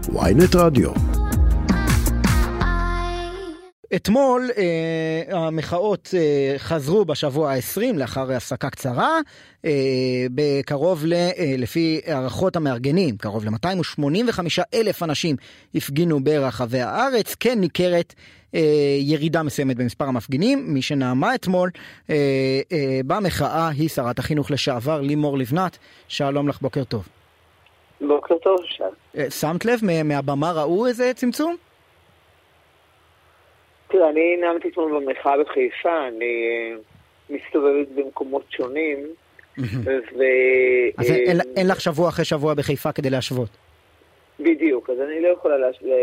ynet רדיו. אתמול המחאות חזרו בשבוע ה-20 לאחר הפסקה קצרה, בקרוב לפי הערכות המארגנים, קרוב ל-285,000 אנשים הפגינו ברחבי הארץ. כן ניכרת ירידה מסוימת במספר המפגינים. מי שנעמה אתמול במחאה היא שרת החינוך לשעבר לימור לבנת. שלום לך, בוקר טוב. בוקר טוב. שמת לב מהבמה ראו איזה צמצום? תראה, אני נעמתי אתמול במחאה בחיפה, אני מסתובבת במקומות שונים, אז אין לך שבוע אחרי שבוע בחיפה כדי להשוות? בדיוק, אז אני לא יכולה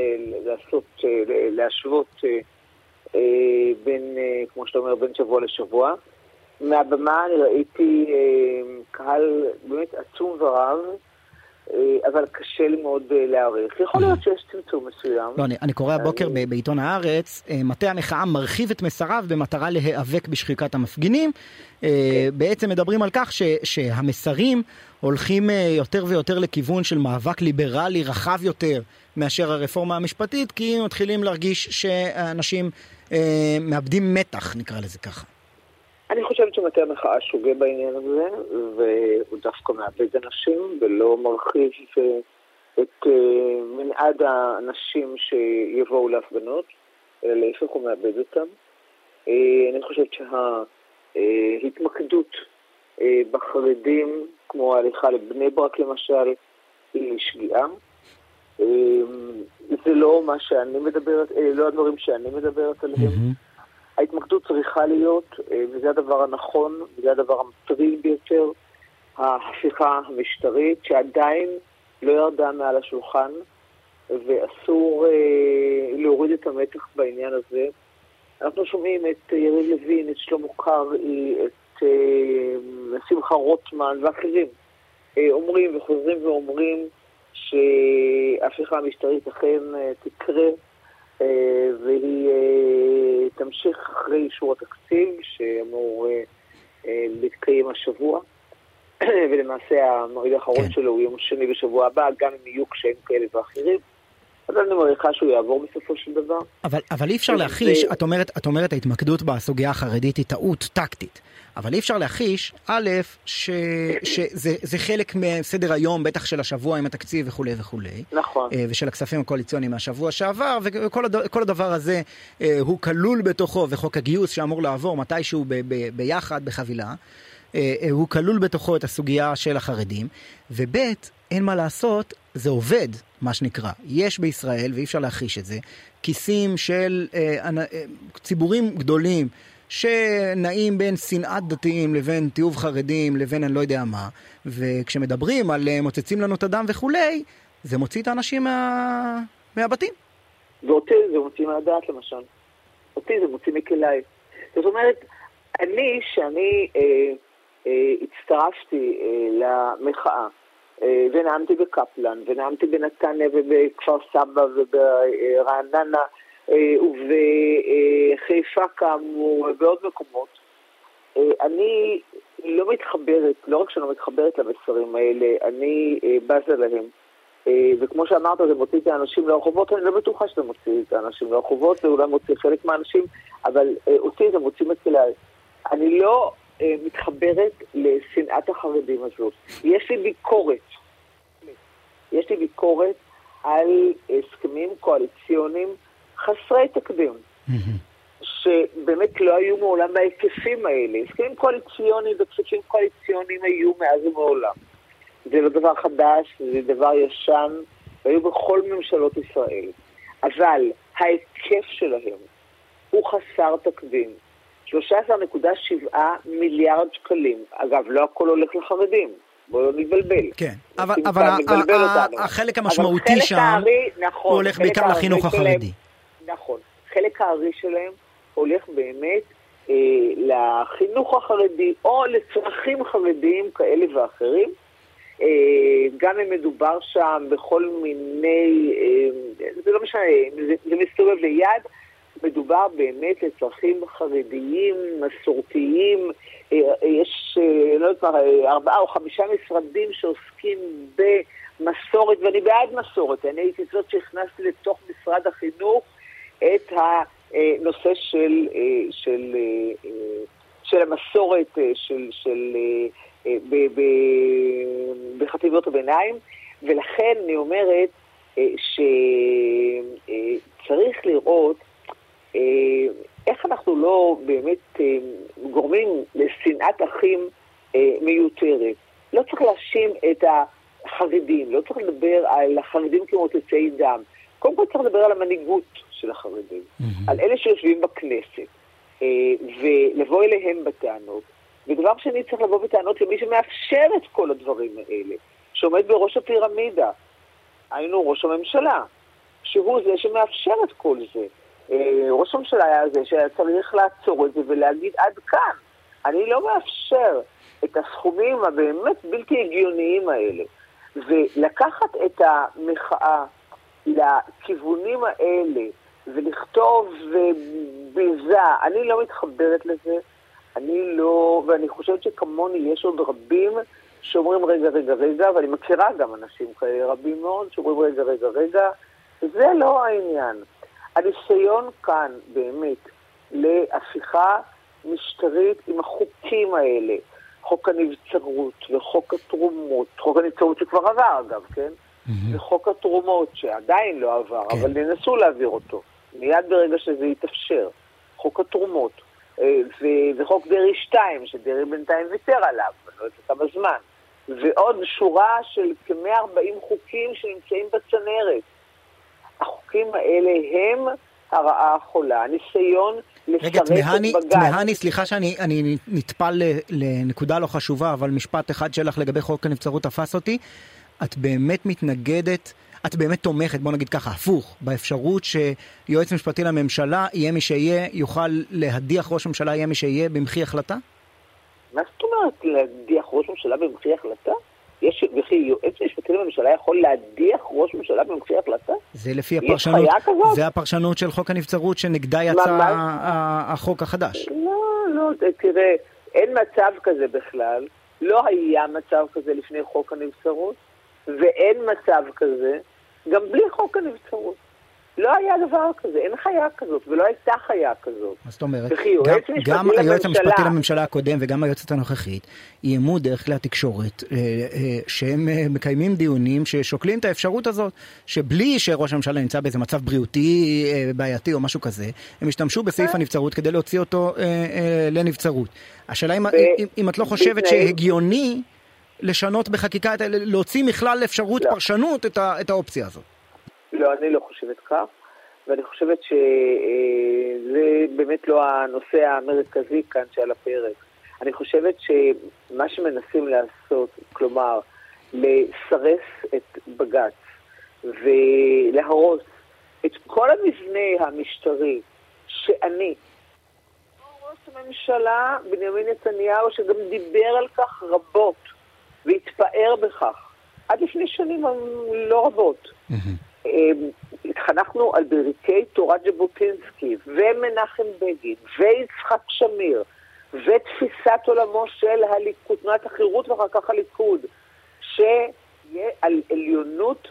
להשוות בין, כמו שאתה אומר, בין שבוע לשבוע. מהבמה אני ראיתי קהל באמת עצום ורב, אבל קשה לי מאוד להעריך. יכול להיות שיש צמצום מסוים. לא, אני קורא הבוקר בעיתון הארץ, מטה המחאה מרחיב את מסריו במטרה להיאבק בשחיקת המפגינים. בעצם מדברים על כך שהמסרים הולכים יותר ויותר לכיוון של מאבק ליברלי רחב יותר מאשר הרפורמה המשפטית, כי מתחילים להרגיש שאנשים מאבדים מתח, נקרא לזה ככה. אני חושבת שמטה המחאה שוגה בעניין הזה, והוא דווקא מאבד אנשים, ולא מרחיב את מנעד האנשים שיבואו להפגנות, אלא להפך הוא מאבד אותם. אני חושבת שההתמקדות בחרדים, כמו ההליכה לבני ברק למשל, היא שגיאה. זה לא מה שאני מדברת, לא הדברים שאני מדברת עליהם. ההתמקדות צריכה להיות, וזה הדבר הנכון, וזה הדבר המטריד ביותר, ההפיכה המשטרית, שעדיין לא ירדה מעל השולחן, ואסור להוריד את המתח בעניין הזה. אנחנו שומעים את יריב לוין, את שלמה קרעי, את שמחה רוטמן ואחרים, אומרים וחוזרים ואומרים שההפיכה המשטרית אכן תקרה, והיא תמשיך אחרי אישור התקציב שאמור להתקיים השבוע, ולמעשה המועד האחרון שלו הוא יום שני בשבוע הבא, גם אם יהיו קשיים כאלה ואחרים. אז אני מעריכה שהוא יעבור בסופו של דבר. אבל אי אפשר להחיש, את אומרת ההתמקדות בסוגיה החרדית היא טעות טקטית, אבל אי אפשר להחיש, א', שזה חלק מסדר היום, בטח של השבוע עם התקציב וכו' וכו'. נכון. ושל הכספים הקואליציוניים מהשבוע שעבר, וכל הדבר הזה הוא כלול בתוכו, וחוק הגיוס שאמור לעבור מתישהו ביחד, בחבילה, הוא כלול בתוכו את הסוגיה של החרדים, וב' אין מה לעשות, זה עובד, מה שנקרא. יש בישראל, ואי אפשר להחיש את זה, כיסים של ציבורים גדולים, שנעים בין שנאת דתיים לבין תיעוב חרדים לבין אני לא יודע מה, וכשמדברים על מוצצים לנו את הדם וכולי, זה מוציא את האנשים מהבתים. ואותי זה מוציא מהדעת למשל. אותי זה מוציא מכלי. זאת אומרת, שאני הצטרפתי למחאה, ונעמתי בקפלן, ונעמתי בנתניה ובכפר סבא וברעננה, ובחיפה כאמור, ובעוד מקומות. אני לא מתחברת, לא רק שלא מתחברת למסרים האלה, אני בזה להם. וכמו שאמרת, זה מוציא את האנשים לרחובות, אני לא בטוחה שזה מוציא את האנשים לרחובות, זה אולי מוציא חלק מהאנשים, אבל אותי זה מוציא מכלי. אני לא מתחברת לשנאת החרדים הזאת. יש לי ביקורת על הסכמים קואליציוניים חסרי תקדים, שבאמת לא היו מעולם בהיקפים האלה. הסכמים קואליציוניים וכספים קואליציוניים היו מאז ומעולם. זה לא דבר חדש, זה דבר ישן, והיו בכל ממשלות ישראל. אבל ההיקף שלהם הוא חסר תקדים. 13.7 מיליארד שקלים. אגב, לא הכל הולך לחרדים. בואו לא נתבלבל. כן, אבל החלק המשמעותי שם הוא הולך בעיקר לחינוך החרדי. נכון. חלק הארי שלהם הולך באמת לחינוך החרדי או לצרכים חרדיים כאלה ואחרים. גם אם מדובר שם בכל מיני, זה לא משנה, זה מסתובב ליד, מדובר באמת לצרכים חרדיים, מסורתיים. יש, לא יודעת, 4 או 5 משרדים שעוסקים מסורת, ואני בעד מסורת. אני הייתי זאת שהכנסתי לתוך משרד החינוך את הנושא של המסורת בחטיבות הביניים, ולכן אני אומרת שצריך לראות איך אנחנו לא באמת גורמים לשנאת אחים מיותרת. לא צריך להאשים את החרדים, לא צריך לדבר על החרדים כמוצצי דם. קודם כל צריך לדבר על המנהיגות של החרדים, על אלה שיושבים בכנסת, ולבוא אליהם בטענות. ודבר שני, צריך לבוא בטענות למי שמאפשר את כל הדברים האלה, שעומד בראש הפירמידה, היינו ראש הממשלה, שהוא זה שמאפשר את כל זה. ראש הממשלה היה זה שהיה צריך לעצור את זה ולהגיד עד כאן. אני לא מאפשר את הסכומים הבאמת בלתי הגיוניים האלה. ולקחת את המחאה לכיוונים האלה ולכתוב ביזה, אני לא מתחברת לזה. ואני חושבת שכמוני יש עוד רבים שאומרים רגע, ואני מכירה גם אנשים כאלה רבים מאוד שאומרים רגע, זה לא העניין. הניסיון כאן באמת להפיכה משטרית עם החוקים האלה, חוק הנבצרות וחוק התרומות, חוק הנבצרות שכבר עבר אגב, כן? וחוק התרומות שעדיין לא עבר, אבל ננסו להעביר אותו, מיד ברגע שזה יתאפשר, חוק התרומות, וחוק דרי 2, שדרי בינתיים ויתר עליו, אני לא יודעת כמה זמן, ועוד שורה של כ-140 חוקים שנמצאים בצנרת. החוקים האלה הם הרעה החולה, הניסיון רגע, תמהני, סליחה שאני נטפל לנקודה לא חשובה, אבל משפט אחד שלך לגבי חוק הנבצרות תפס אותי. את באמת מתנגדת, את באמת תומכת, בוא נגיד ככה, הפוך, באפשרות שיועץ משפטי לממשלה יהיה מי שיהיה, יוכל להדיח ראש ממשלה, יהיה מי שיהיה במחי החלטה? מה זאת אומרת להדיח ראש ממשלה במחי החלטה? וכי יועץ משפטי לממשלה יכול להדיח ראש ממשלה במחי החלטה? זה לפי הפרשנות, זה הפרשנות של חוק הנבצרות שנגדה יצא החוק החדש. לא, תראה, אין מצב כזה בכלל, לא היה מצב כזה לפני חוק הנבצרות, ואין מצב כזה גם בלי חוק הנבצרות. לא היה דבר כזה, אין חיה כזאת, ולא הייתה חיה כזאת. זאת אומרת, גם היועץ המשפטי לממשלה הקודם וגם היועצת הנוכחית איימו דרך כלי התקשורת שהם מקיימים דיונים ששוקלים את האפשרות הזאת, שבלי שראש הממשלה נמצא באיזה מצב בריאותי בעייתי או משהו כזה, הם השתמשו בסעיף הנבצרות כדי להוציא אותו לנבצרות. השאלה אם את לא חושבת שהגיוני לשנות בחקיקה, להוציא מכלל אפשרות פרשנות את האופציה הזאת. לא, אני לא חושבת כך, ואני חושבת שזה באמת לא הנושא המרכזי כאן שעל הפרק. אני חושבת שמה שמנסים לעשות, כלומר, לסרס את בג"ץ ולהרוס את כל המבנה המשטרי שאני, ראש הממשלה בנימין נתניהו, שגם דיבר על כך רבות והתפאר בכך, עד לפני שנים לא רבות. התחנכנו על ברכי תורת ז'בוטינסקי ומנחם בגין ויצחק שמיר ותפיסת עולמו של הליכוד, תנועת החירות ואחר כך הליכוד, שיהיה על עליונות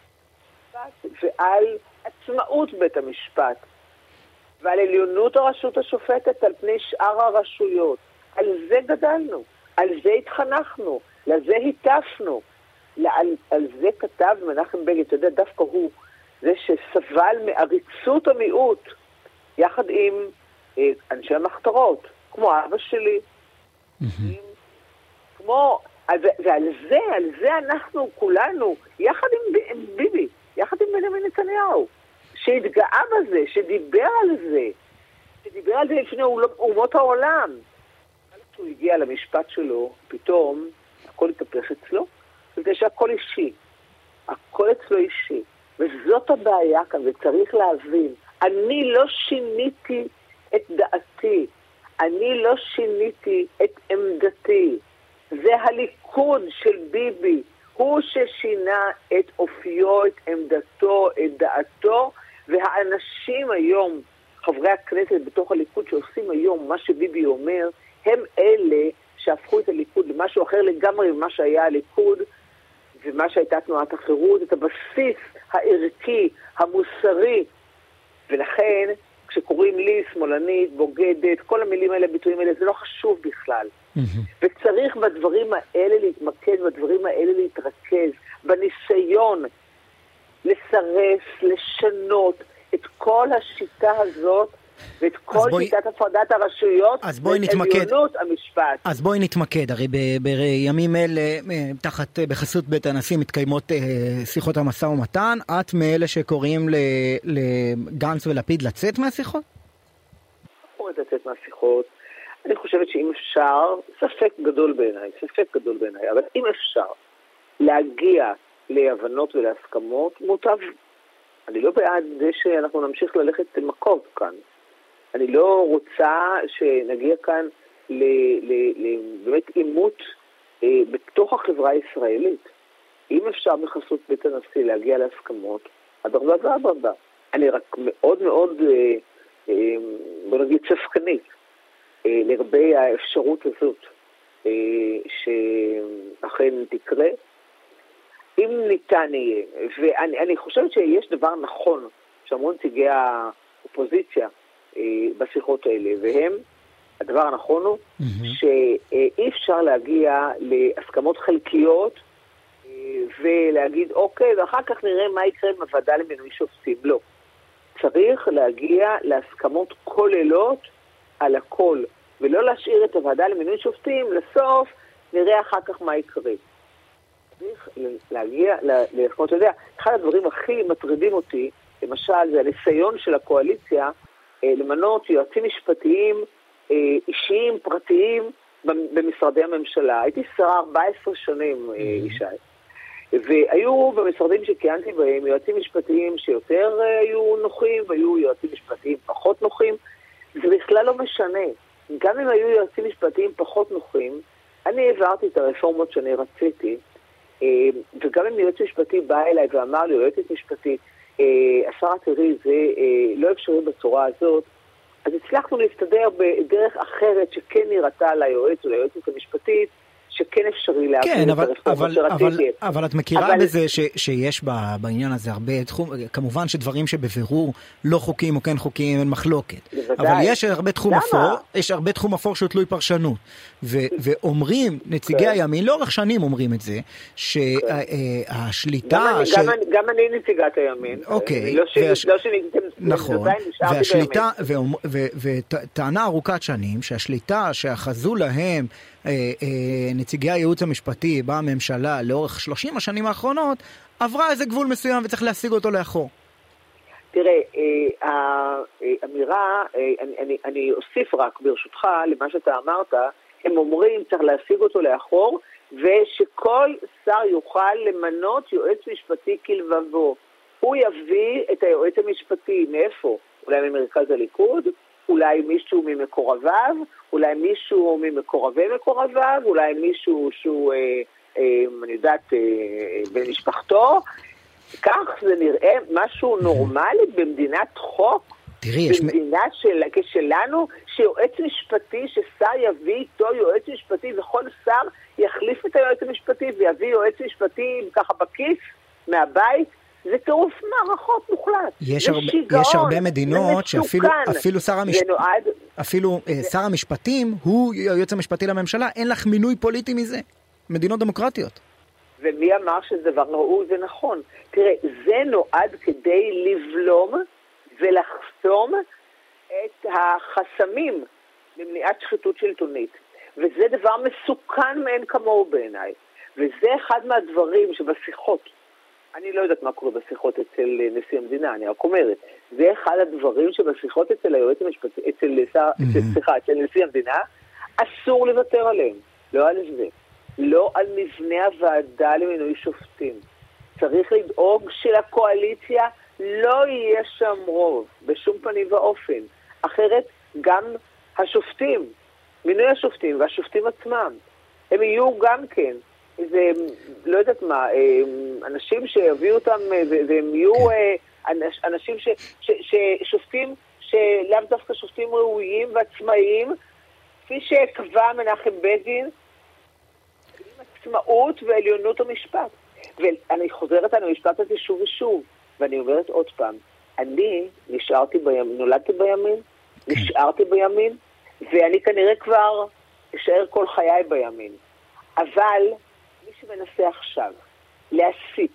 ועל עצמאות בית המשפט ועל עליונות הרשות השופטת על פני שאר הרשויות. על זה גדלנו, על זה התחנכנו, לזה היטפנו. על זה כתב מנחם בגין, אתה יודע, דווקא הוא, זה שסבל מעריצות המיעוט, יחד עם אנשי המחתרות, כמו אבא שלי, ועל זה אנחנו כולנו, יחד עם ביבי, יחד עם בנימין נתניהו, שהתגאה בזה, שדיבר על זה לפני אומות העולם. כשהוא הגיע למשפט שלו, פתאום הכל התהפך אצלו, בגלל שהכל אישי. הכל אצלו אישי. וזאת הבעיה כאן, וצריך להבין. אני לא שיניתי את דעתי. אני לא שיניתי את עמדתי. זה הליכוד של ביבי. הוא ששינה את אופיו, את עמדתו, את דעתו, והאנשים היום, חברי הכנסת בתוך הליכוד שעושים היום מה שביבי אומר, הם אלה שהפכו את הליכוד למשהו אחר לגמרי ממה שהיה הליכוד, ומה שהייתה תנועת החירות, את הבסיס הערכי, המוסרי, ולכן כשקוראים לי שמאלנית, בוגדת, כל המילים האלה, הביטויים האלה, זה לא חשוב בכלל. וצריך בדברים האלה להתמקד, בדברים האלה להתרכז, בניסיון לסרס, לשנות את כל השיטה הזאת, ואת כל שיטת הפרדת הרשויות, ואת עליונות המשפט. אז בואי נתמקד, הרי בימים אלה, בחסות בית הנשיא מתקיימות שיחות המשא ומתן, את מאלה שקוראים לגנץ ולפיד לצאת מהשיחות? קוראים לצאת מהשיחות, אני חושבת שאם אפשר, ספק גדול בעיניי, אבל אם אפשר להגיע להבנות ולהסכמות, מוטב. אני לא בעד זה שאנחנו נמשיך ללכת מכות כאן. אני לא רוצה שנגיע כאן באמת עימות בתוך החברה הישראלית. אם אפשר בחסות בית הנשיא להגיע להסכמות, אדרבה. אני רק מאוד מאוד, בוא נגיד, ספקנית לגבי האפשרות הזאת שאכן תקרה. אם ניתן יהיה, ואני חושבת שיש דבר נכון שאמרו נציגי האופוזיציה בשיחות האלה, והם, הדבר הנכון הוא שאי אפשר להגיע להסכמות חלקיות ולהגיד אוקיי, ואחר כך נראה מה יקרה עם הוועדה למינוי שופטים. לא. צריך להגיע להסכמות כוללות על הכל, ולא להשאיר את הוועדה למינוי שופטים לסוף, נראה אחר כך מה יקרה. צריך להגיע להסכמות. אתה יודע, אחד הדברים הכי מטרידים אותי, למשל, זה הניסיון של הקואליציה למנות יועצים משפטיים אישיים, פרטיים, במשרדי הממשלה. הייתי שרה 14 שנים, ישי. והיו במשרדים שכיהנתי בהם יועצים משפטיים שיותר היו נוחים, והיו יועצים משפטיים פחות נוחים. זה בכלל לא משנה. גם אם היו יועצים משפטיים פחות נוחים, אני העברתי את הרפורמות שאני רציתי, וגם אם יועץ משפטי בא אליי ואמר לי, יועצת משפטית, השרה תראי, זה לא אפשרי בצורה הזאת, אז הצלחנו להסתדר בדרך אחרת שכן נראתה ליועץ או ליועצת המשפטית, שכן אפשרי להעביר את הרפורמות שרציתי. אבל את מכירה בזה שיש בעניין הזה הרבה תחום, כמובן שדברים שבבירור לא חוקיים או כן חוקיים אין מחלוקת. אבל יש הרבה תחום אפור שהוא תלוי פרשנות. ואומרים, נציגי הימין, לאורך שנים אומרים את זה, שהשליטה... גם אני נציגת הימין. אוקיי. נכון. והשליטה, וטענה ארוכת שנים, שהשליטה שאחזו להם נציגי הייעוץ המשפטי בממשלה לאורך 30 השנים האחרונות, עברה איזה גבול מסוים וצריך להשיג אותו לאחור. תראה, האמירה, אני אוסיף רק ברשותך למה שאתה אמרת, הם אומרים צריך להשיג אותו לאחור, ושכל שר יוכל למנות יועץ משפטי כלבבו. הוא יביא את היועץ המשפטי מאיפה? אולי ממרכז הליכוד? אולי מישהו ממקורביו, אולי מישהו ממקורבי מקורביו, אולי מישהו שהוא, אני יודעת, במשפחתו. כך זה נראה משהו נורמלי במדינת חוק, במדינה שלנו, שיועץ משפטי, ששר יביא איתו יועץ משפטי, וכל שר יחליף את היועץ המשפטי, ויביא יועץ משפטי ככה בכיס, מהבית, זה טירוף מערכות מוחלט. יש הרבה מדינות שאפילו שר המשפטים הוא היועץ המשפטי לממשלה, אין לך מינוי פוליטי מזה. מדינות דמוקרטיות. ומי אמר שזה דבר ראוי ונכון? תראה, זה נועד כדי לבלום ולחסום את החסמים למניעת שחיתות שלטונית. וזה דבר מסוכן מאין כמוהו בעיניי. וזה אחד מהדברים שבשיחות, אני לא יודעת מה קורה בשיחות אצל נשיא המדינה, אני רק אומרת, זה אחד הדברים שבשיחות אצל היועץ המשפטי, אצל נשיא המדינה, אסור לוותר עליהם. לא על זה. לא על מבנה הוועדה למינוי שופטים. צריך לדאוג שלקואליציה לא יהיה שם רוב, בשום פנים ואופן. אחרת גם השופטים, מינוי השופטים והשופטים עצמם, הם יהיו גם כן, זה, לא יודעת מה, אנשים שיביאו אותם, והם יהיו אנשים ששופטים, שלאו דווקא שופטים ראויים ועצמאיים, כפי שקבע מנחם בגין, עצמאות ועליונות המשפט. ואני חוזרת על המשפט הזה שוב ושוב, ואני אומרת עוד פעם, אני נשארתי בימין, נולדתי בימין, נשארתי בימין, ואני כנראה כבר אשאר כל חיי בימין. אבל מי שמנסה עכשיו להסיט,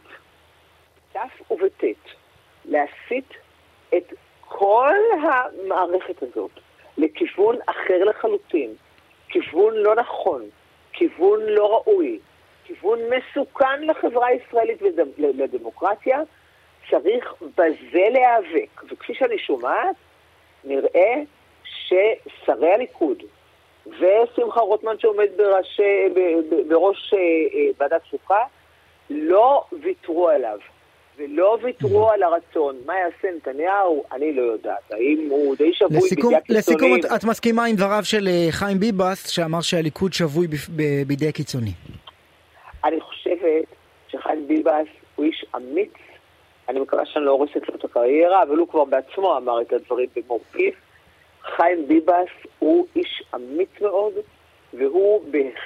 תף ובתת, להסיט את כל המערכת הזאת לכיוון אחר לחלוטין, כיוון לא נכון, כיוון לא ראוי, כיוון מסוכן לחברה הישראלית ולדמוקרטיה, צריך בזה להיאבק. וכפי שאני שומעת, נראה ששרי הליכוד ושמחה רוטמן שעומד בראש ועדת חוקה לא ויתרו עליו. ולא ויתרו על הרצון. מה יעשה נתניהו? אני לא יודעת. האם הוא די שבוי בידי הקיצונים? לסיכום, את מסכימה עם דבריו של חיים ביבס, שאמר שהליכוד שבוי בידי הקיצוני? אני חושבת שחיים ביבס הוא איש אמיץ. אני מקווה שאני לא הורסת לו את הקריירה, אבל הוא כבר בעצמו אמר את הדברים במו פיו. חיים ביבס הוא איש אמיץ מאוד, והוא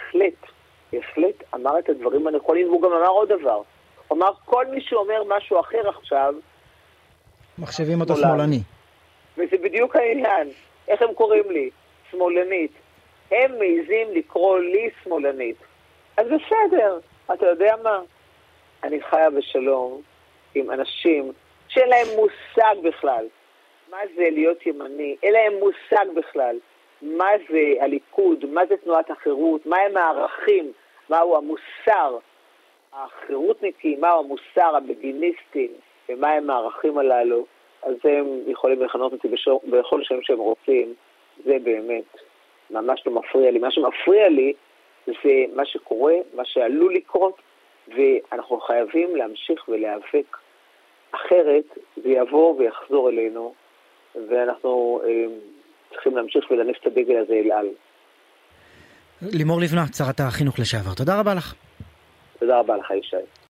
בהחלט אמר את הדברים הנכונים, והוא גם אמר עוד דבר. כלומר, כל מי שאומר משהו אחר עכשיו, מחשבים אותו שמאלני. וזה בדיוק העניין. איך הם קוראים לי? שמאלנית. הם מעיזים לקרוא לי שמאלנית. אז בסדר, אתה יודע מה? אני חיה בשלום עם אנשים שאין להם מושג בכלל מה זה להיות ימני, אין להם מושג בכלל מה זה הליכוד, מה זה תנועת החירות, מה הם הערכים, מהו המוסר החירותניקים, מהו המוסר המדיניסטי, ומה הם הערכים הללו. אז הם יכולים לכנות אותי בכל שם שהם רוצים. זה באמת ממש לא מפריע לי. מה שמפריע לי זה מה שקורה, מה שעלול לקרות, ואנחנו חייבים להמשיך ולהיאבק. אחרת זה יעבור ויחזור אלינו, ואנחנו צריכים להמשיך ולהניף את הדגל הזה אל על. לימור לבנת, שרת החינוך לשעבר. תודה רבה לך. תודה רבה לך, ישי.